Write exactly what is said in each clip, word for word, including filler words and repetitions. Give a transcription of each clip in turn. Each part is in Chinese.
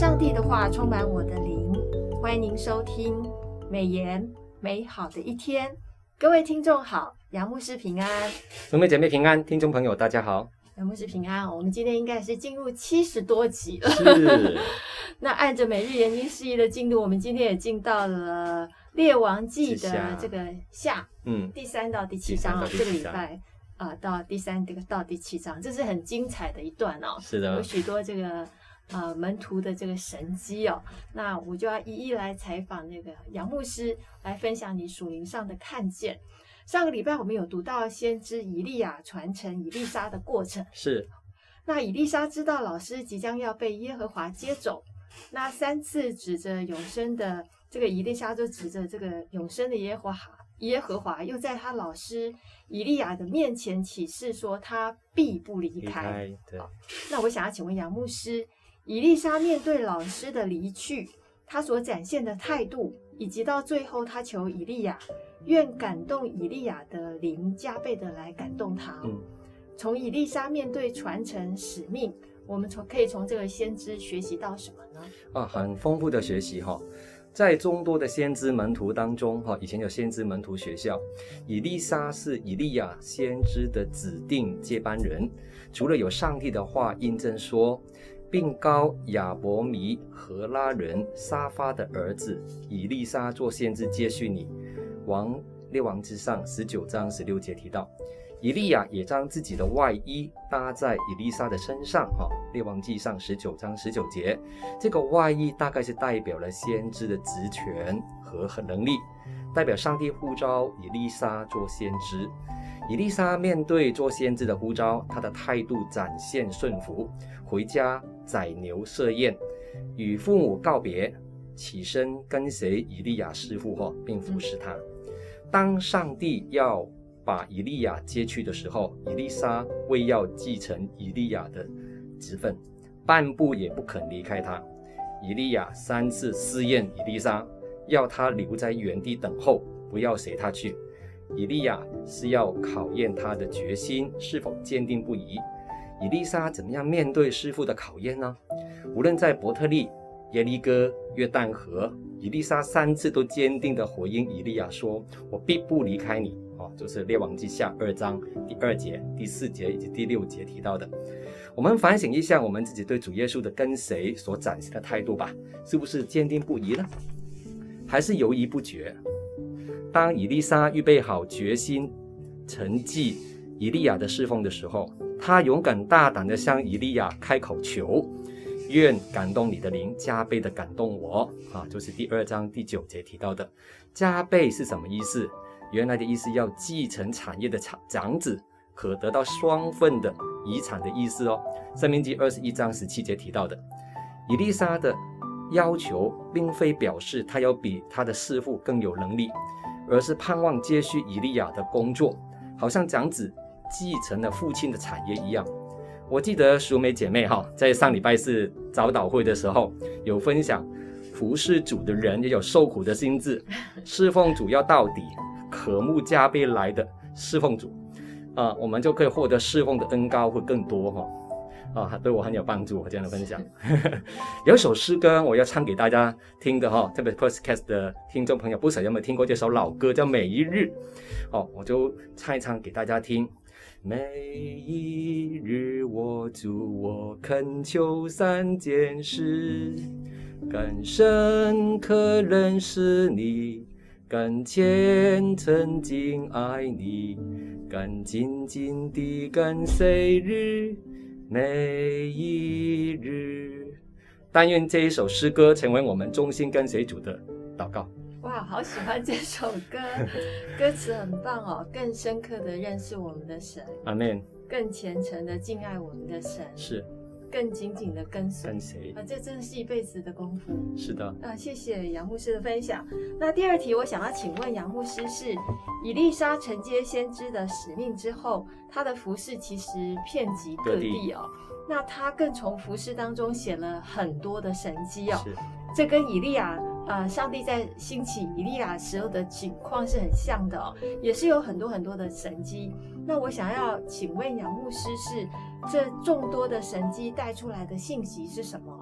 上帝的话充满我的灵，欢迎您收听美言美好的一天。各位听众好，杨牧师平安， 姊妹姐妹平安，听众朋友大家好， 杨牧师平安。我们今天应该是进入七十多集了， 是那按着每日研经释义的进度，我们今天也进到了列王记的这个下，嗯，第三到第七章啊，这个礼拜啊、呃、到第三这个到第七章，这是很精彩的一段哦。 是的， 有许多这个呃门徒的这个神迹哦。那我就要一一来采访那个杨牧师，来分享你属灵上的看见。上个礼拜我们有读到先知以利亚传承以利沙的过程， 是。 那以利沙知道老师即将要被耶和华接走，那三次指着永生的这个以利沙就指着这个永生的耶和华，耶和华又在他老师以利亚的面前起誓说他必不离开。 离开对。 那我想要请问杨牧师，以利沙面对老师的离去，他所展现的态度，以及到最后他求以利亚愿感动以利亚的灵加倍的来感动他。嗯，从以利沙面对传承使命，我们从可以从这个先知学习到什么呢？ 啊，很丰富的学习哈。在众多的先知门徒当中，哈，以前有先知门徒学校，以利沙是以利亚先知的指定接班人。除了有上帝的话印证说，并膏亚伯米荷拉人沙发的儿子以利沙做先知接续你。王列王之上十九章十六节提到，以利亚也将自己的外衣搭在以利沙的身上。列王记上十九章十九节，这个外衣大概是代表了先知的职权和能力，代表上帝呼召以利沙做先知。以利沙面对做先知的呼召，他的态度展现顺服，回家宰牛设宴，与父母告别，起身跟随以利亚师傅后，并服侍他。当上帝要把以利亚接去的时候，以利沙为要继承以利亚的职分，半步也不肯离开他。以利亚三次试验以利沙，要他留在原地等候，不要随他去。以利亚是要考验他的决心是否坚定不移。以利沙怎么样面对师父的考验呢？无论在伯特利、耶利哥、约旦河，以利沙三次都坚定地回应以利亚说，我必不离开你。哦，就是列王记下二章第二节、第四节以及第六节提到的。我们反省一下我们自己对主耶稣的跟随所展现的态度吧，是不是坚定不移呢？还是犹豫不决？当以利沙预备好决心承继以利亚的侍奉的时候，他勇敢大胆地向以利亚开口求，愿感动你的灵加倍的感动我。啊，就是第二章第九节提到的。加倍是什么意思？原来的意思要继承产业的长子可得到双份的遗产的意思哦。申命记二十一章十七节提到的。以利沙的要求并非表示他要比他的师父更有能力，而是盼望接续以利亚的工作，好像长子继承了父亲的产业一样。我记得淑美姐妹哈，在上礼拜四早祷会的时候有分享，服侍主的人也有受苦的心志，侍奉主要到底，渴慕加倍来的侍奉主，啊，我们就可以获得侍奉的恩膏会更多哈。啊，对我很有帮助，我这样的分享。有一首诗歌我要唱给大家听的哈，特别 podcast 的听众朋友，不晓得有没有听过这首老歌叫《每一日》。哦，我就唱一唱给大家听。每一日我主我恳求三件事，更深刻认识你，更虔诚敬爱你，更紧紧地跟随日每一日。但愿这一首诗歌成为我们忠心跟随主的祷告。 哇，好喜欢这首歌，歌词很棒哦，更深刻的认识我们的神， 阿们， 更虔诚的敬爱我们的神， 是更紧紧的跟随跟随啊，这真的是一辈子的功夫。 是的啊，谢谢杨牧师的分享。那第二题我想要请问杨牧师是，以利沙承接先知的使命之后，他的服事其实遍及各地哦，那他更从服事当中显了很多的神迹哦， 是这跟以利亚呃，上帝在兴起以利亚时候的情况是很像的哦，也是有很多很多的神迹。那我想要请问杨牧师是，这众多的神迹带出来的信息是什么？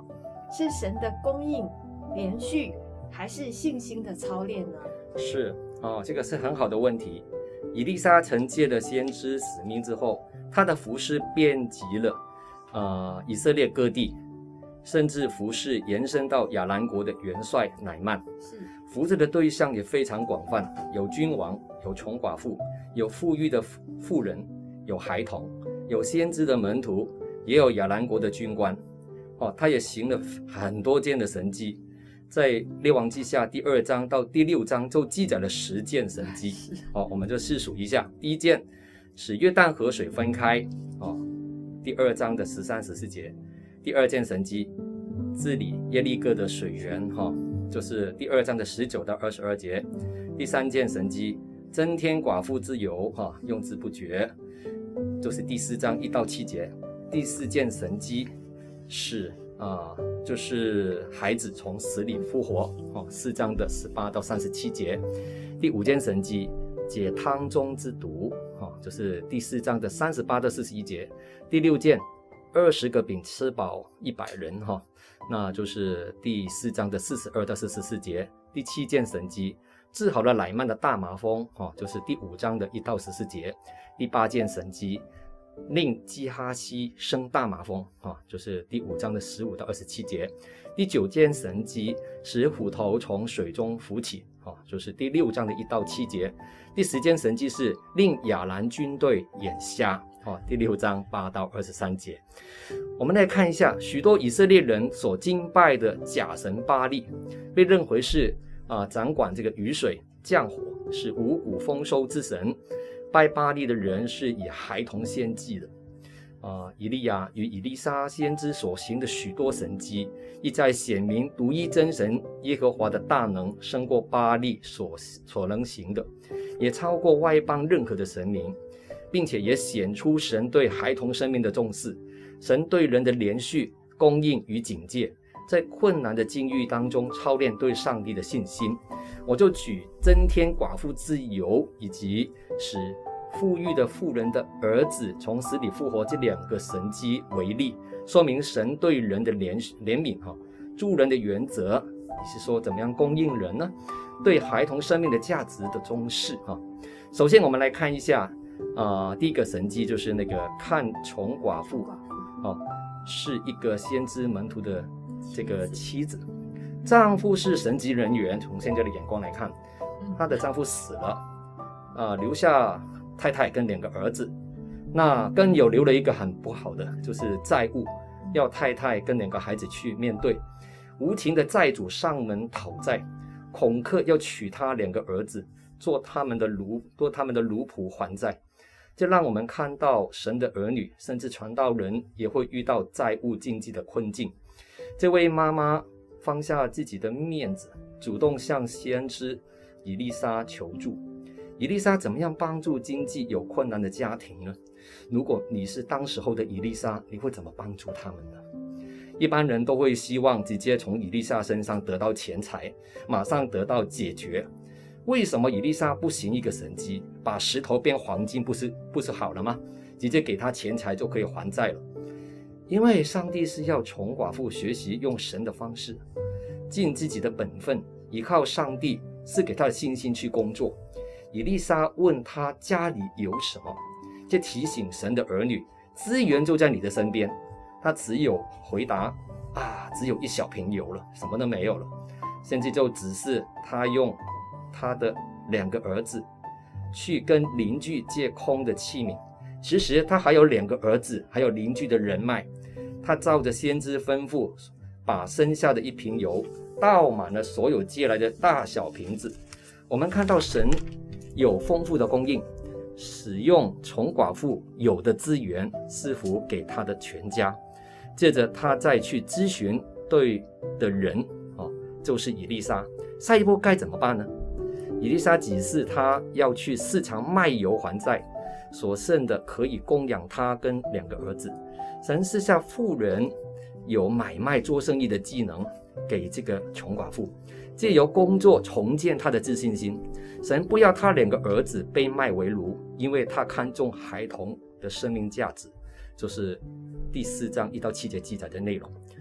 是神的供应连续，还是信心的操练呢？ 是哦，这个是很好的问题。以利沙承接了先知使命之后，他的服事遍及了呃以色列各地，甚至服事延伸到亚兰国的元帅乃曼。 是服侍的对象也非常广泛，有君王，有穷寡妇，有富裕的妇人，有孩童，有先知的门徒，也有亚兰国的军官。哦，他也行了很多件的神迹，在列王记下第二章到第六章就记载了十件神迹。哦，我们就细数一下。第一件，使约旦河水分开。哦，第二章的十三、十四节。第二件神迹，治理耶利哥的水源。哈、哦。就是第二章的十九到二十二节。第三件神迹，增添寡妇之油，哈、啊，用之不绝，就是第四章一到七节。第四件神迹是啊，就是孩子从死里复活，哦、啊，四章的十八到三十七节。第五件神迹，解汤中之毒，哈、啊，就是第四章的三十八到四十一节。第六件，二十个饼吃饱一百人，哈、啊。那就是第四章的四十二到四十四节。第七件神迹，治好了乃曼的大麻风，哦，就是第五章的一到十四节。第八件神迹，令基哈西生大麻风，哦，就是第五章的十五到二十七节。第九件神迹，使虎头从水中浮起，哦，就是第六章的一到七节。第十件神迹是令亚兰军队眼瞎，哦，第六章八到二十三节。我们来看一下，许多以色列人所敬拜的假神巴力，被认为是啊、呃、掌管这个雨水降火，是五谷丰收之神。拜巴力的人是以孩童献祭的。啊、呃，以利亚与以利沙先知所行的许多神迹，一再显明独一真神耶和华的大能胜过巴力所所能行的，也超过外邦任何的神明，并且也显出神对孩童生命的重视。神对人的连续供应与警戒，在困难的境遇当中操练对上帝的信心。我就举增添寡妇之油以及使富裕的妇人的儿子从死里复活这两个神迹为例，说明神对人的怜怜悯哈，助人的原则。你是说怎么样供应人呢？对孩童生命的价值的重视哈。首先我们来看一下啊、呃，第一个神迹就是那个看穷寡妇。哦，是一个先知门徒的这个妻子，丈夫是神职人员。从现在的眼光来看，她的丈夫死了，啊、呃，留下太太跟两个儿子。那更有留了一个很不好的，就是债务，要太太跟两个孩子去面对。无情的债主上门讨债，恐吓要娶他两个儿子，做他们的奴，做他们的奴仆还债。这让我们看到神的儿女，甚至传道人也会遇到债务经济的困境。这位妈妈放下自己的面子，主动向先知以利沙求助。以利沙怎么样帮助经济有困难的家庭呢？如果你是当时候的以利沙，你会怎么帮助他们呢？一般人都会希望直接从以利沙身上得到钱财，马上得到解决。为什么以利沙不行一个神迹，把石头变黄金，不是不是好了吗？直接给他钱财就可以还债了。因为上帝是要穷寡妇学习用神的方式，尽自己的本分，依靠上帝是给他的信心去工作。以利沙问他家里有什么，这提醒神的儿女，资源就在你的身边。他只有回答啊，只有一小瓶油了，什么都没有了。甚至就只是他用他的两个儿子去跟邻居借空的器皿，其实他还有两个儿子，还有邻居的人脉。他照着先知吩咐，把剩下的一瓶油倒满了所有借来的大小瓶子。我们看到神有丰富的供应，使用穷寡妇有的资源赐福给他的全家。接着他再去咨询对的人、哦、就是以利沙，下一步该怎么办呢？以利沙指示他要去市场卖油还债，所剩的可以供养他跟两个儿子。神赐下妇人有买卖做生意的技能给这个穷寡妇，借由工作重建他的自信心。神不要他两个儿子被卖为奴，因为他看重孩童的生命价值，就是第四章一到七节记载的内容。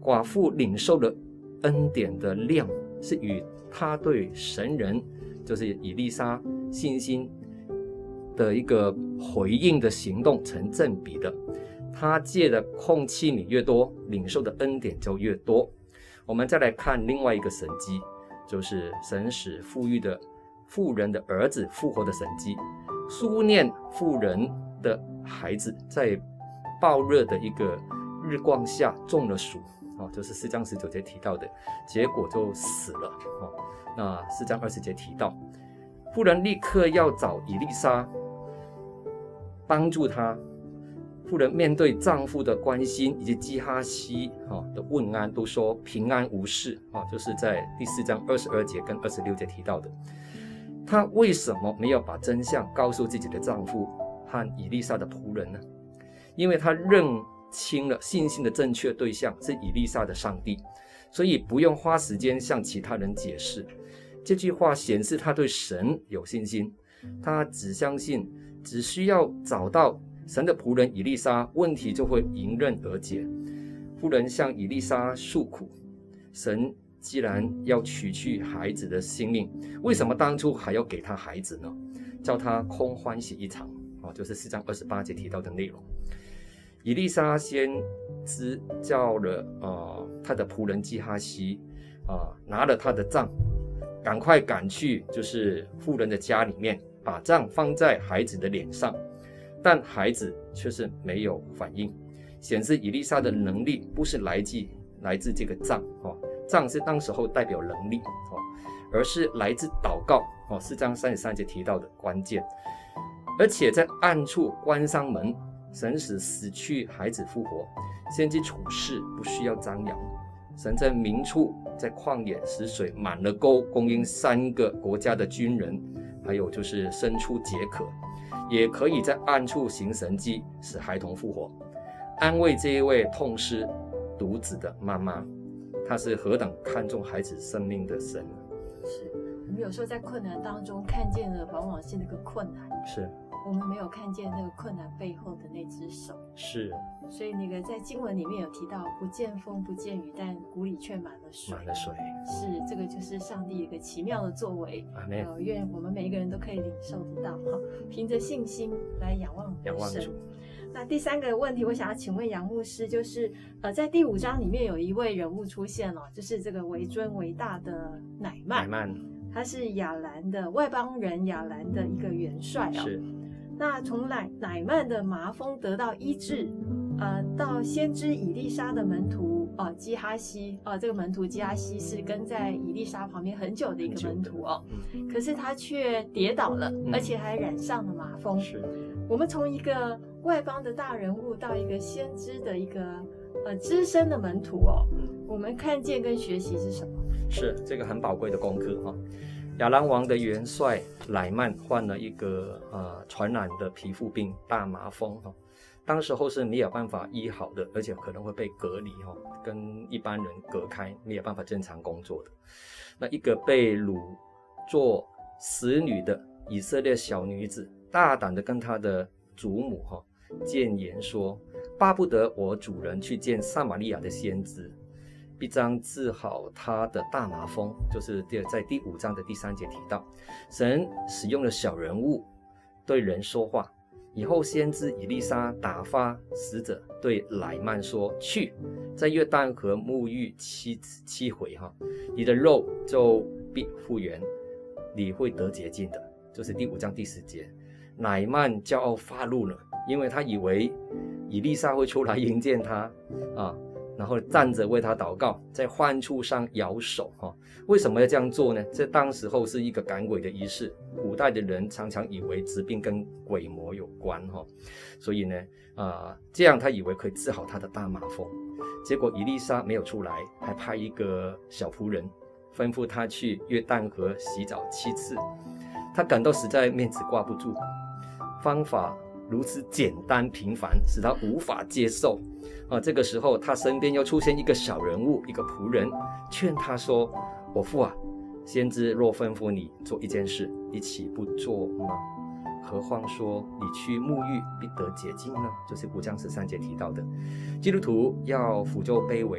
寡妇领受的恩典的量是与她对神人，就是以利沙信心的一个回应的行动成正比的。她借的空器皿越多，领受的恩典就越多。我们再来看另外一个神迹，就是神使富裕的妇人的儿子复活的神迹。苏念妇人的孩子在暴热的一个日光下中了暑，哦，就是四章十九节提到的，结果就死了。哦，那四章二十节提到，妇人立刻要找以利沙帮助他。妇人面对丈夫的关心以及基哈西的问安，都说平安无事，就是在第四章二十二节跟二十六节提到的。她为什么没有把真相告诉自己的丈夫和以利沙的仆人呢？因为她认清了信心的正确对象是以利沙的上帝，所以不用花时间向其他人解释。这句话显示她对神有信心，她只相信只需要找到神的仆人以利沙，问题就会迎刃而解。妇人向以利沙诉苦，神既然要取去孩子的性命，为什么当初还要给他孩子呢？叫他空欢喜一场，哦，就是四章二十八节提到的内容。以利沙先知叫了呃他的仆人基哈西，呃拿了他的杖，赶快赶去就是妇人的家里面，把杖放在孩子的脸上。但孩子却是没有反应，显示以利沙的能力不是来自来自这个杖，哦，杖是当时候代表能力，哦，而是来自祷告，哦，四章三十三节提到的关键。而且在暗处关上门，神使死去孩子复活，先知处事不需要张扬。神在明处在旷野使水满了沟，供应三个国家的军人，还有就是牲畜解渴。也可以在暗处行神迹，使孩童复活，安慰这一位痛失独子的妈妈。她是何等看重孩子生命的神。 是我们有时候在困难当中看见的往往是那个困难， 是我们没有看见那个困难背后的那只手。 是， 所以那个在经文里面有提到，不见风不见雨，但谷里却满了水。 满了水， 是这个就是上帝一个奇妙的作为。 阿们。 呃，愿我们每一个人都可以领受得到哈，凭着信心来仰望仰望主。 那第三个问题，我想要请问杨牧师，就是呃，在第五章里面有一位人物出现了，就是这个为尊为大的乃曼。 乃曼， 他是亚兰的外邦人，亚兰的一个元帅啊。 是。 那从乃乃曼的麻风得到医治，呃，到先知以利沙的门徒哦、呃、基哈西哦、呃，这个门徒基哈西是跟在以利沙旁边很久的一个门徒哦，嗯、可是他却跌倒了，嗯、而且还染上了麻风。 是。 我们从一个外邦的大人物到一个先知的一个呃资深的门徒哦，嗯、我们看见跟学习是什么？ 是这个很宝贵的功课哈。亚兰王的元帅乃曼患了一个呃传染的皮肤病大麻风哈，当时候是没有办法医好的，而且可能会被隔离哈，跟一般人隔开，没有办法正常工作的。那一个被掳做使女的以色列小女子，大胆的跟她的祖母哈谏言说，巴不得我主人去见撒玛利亚的先知，必将治好他的大麻风，就是在第五章的第三节提到，神使用了小人物对人说话。以后先知以利沙打发使者对乃曼说，去在约旦河沐浴七七回哈，你的肉就必复原，你会得洁净的。就是第五章第十节。乃曼骄傲发怒了，因为他以为以利沙会出来迎接他啊，然后站着为他祷告，在患处上摇手哈。为什么要这样做呢？这当时候是一个赶鬼的仪式，古代的人常常以为疾病跟鬼魔有关哈，所以呢，呃，这样他以为可以治好他的大麻风。结果以利沙没有出来，还派一个小仆人吩咐他去约旦河洗澡七次。他感到实在面子挂不住，方法如此简单平凡，使他无法接受。啊，这个时候他身边又出现一个小人物，一个仆人，劝他说：“我父啊，先知若吩咐你做一件事，你岂不做吗？何况说你去沐浴必得洁净呢？”就是五章十三节提到的，基督徒要俯就卑微，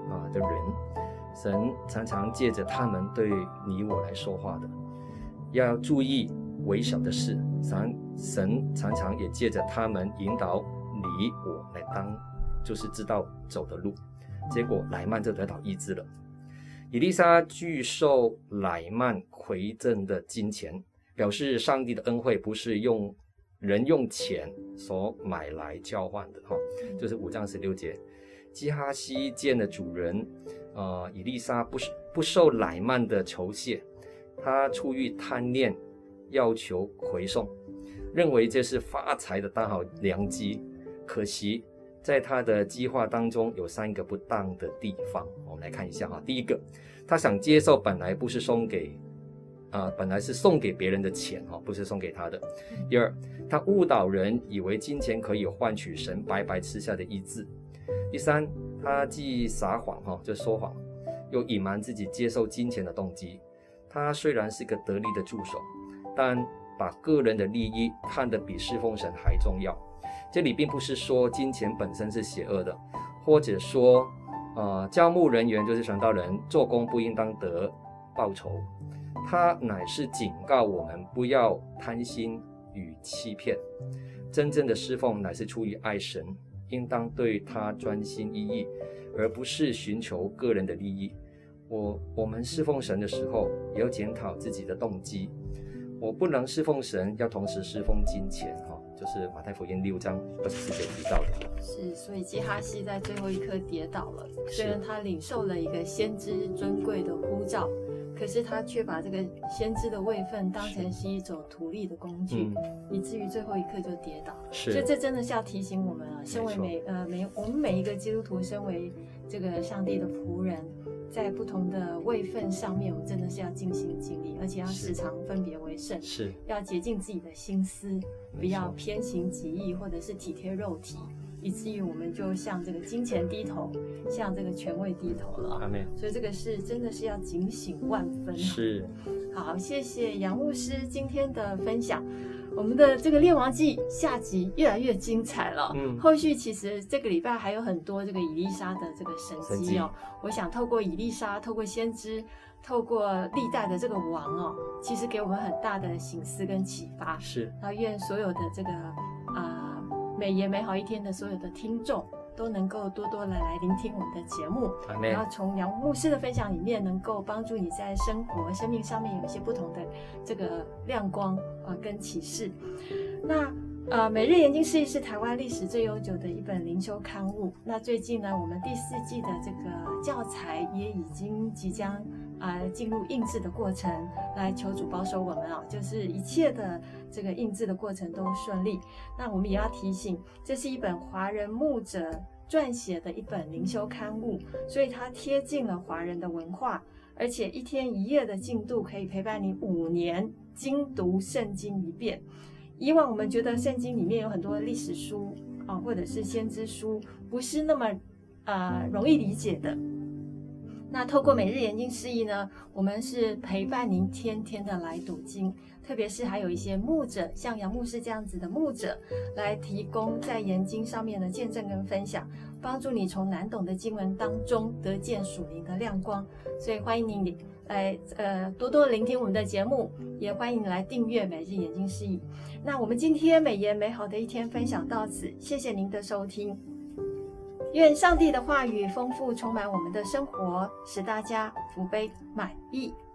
啊的人，神常常借着他们对你我来说话的。要注意微小的事，神神常常也借着他们引导你我来当，就是知道走的路。结果乃曼就得到医治了。以利沙拒受乃曼馈赠的金钱，表示上帝的恩惠不是用人用钱所买来交换的，就是五章十六节。基哈西见了主人，呃，以利沙不不受乃曼的酬谢，他出于贪念要求回送，认为这是发财的大好良机。可惜在他的计划当中有三个不当的地方，我们来看一下哈。第一个，他想接受本来不是送给呃、本来是送给别人的钱，不是送给他的。第二，他误导人，以为金钱可以换取神白白赐下的医治。第三，他既撒谎，就说谎，又隐瞒自己接受金钱的动机。他虽然是个得力的助手，但把个人的利益看得比侍奉神还重要。这里并不是说金钱本身是邪恶的，或者说呃，教牧人员就是传道人做工不应当得报酬，他乃是警告我们不要贪心与欺骗。真正的侍奉乃是出于爱神，应当对他专心一意，而不是寻求个人的利益。我我们侍奉神的时候，也要检讨自己的动机。我不能侍奉神，要同时侍奉金钱，就是马太福音六章二十四节提到的。 是，所以基哈西在最后一刻跌倒了。虽然他领受了一个先知尊贵的呼召，可是他却把这个先知的位分当成是一种图利的工具，嗯、以至于最后一刻就跌倒。 是， 所以这真的是要提醒我们啊，身为每呃每我们每一个基督徒，身为这个上帝的仆人，在不同的位分上面，我们真的是要尽心尽力，而且要时常分别为圣， 是要洁净自己的心思，不要偏行己意或者是体贴肉体，以至于我们就向这个金钱低头，向这个权位低头了。 阿们。 所以这个是真的是要警醒万分。 是， 好，谢谢杨牧师今天的分享。我们的这个《列王记》下集越来越精彩了，嗯，后续其实这个礼拜还有很多这个以利沙的这个神迹哦。我想透过以利沙，透过先知，透过历代的这个王哦，其实给我们很大的省思跟启发。 是， 然后愿所有的这个啊、呃、美言美好一天的所有的听众，都能够多多的来聆听我们的节目，然后从杨牧师的分享里面，能够帮助你在生活、生命上面有一些不同的这个亮光啊、呃、跟启示。那呃，每日研经释义是台湾历史最悠久的一本灵修刊物。那最近呢，我们第四季的这个教材也已经即将啊、呃、进入印制的过程，来求主保守我们啊，就是一切的这个印制的过程都顺利。那我们也要提醒，这是一本华人牧者撰写的一本灵修刊物，所以它贴近了华人的文化，而且一天一夜的进度可以陪伴你五年精读圣经一遍。以往我们觉得圣经里面有很多历史书啊，或者是先知书，不是那么呃容易理解的。那透过每日研经释义呢，我们是陪伴您天天的来读经，特别是还有一些牧者，像杨牧师这样子的牧者，来提供在研经上面的见证跟分享，帮助你从难懂的经文当中得见属灵的亮光。所以欢迎您来呃多多聆听我们的节目，也欢迎你来订阅每日研经释义。那我们今天美言美好的一天分享到此，谢谢您的收听。愿上帝的话语丰富充满我们的生活，使大家福杯满溢。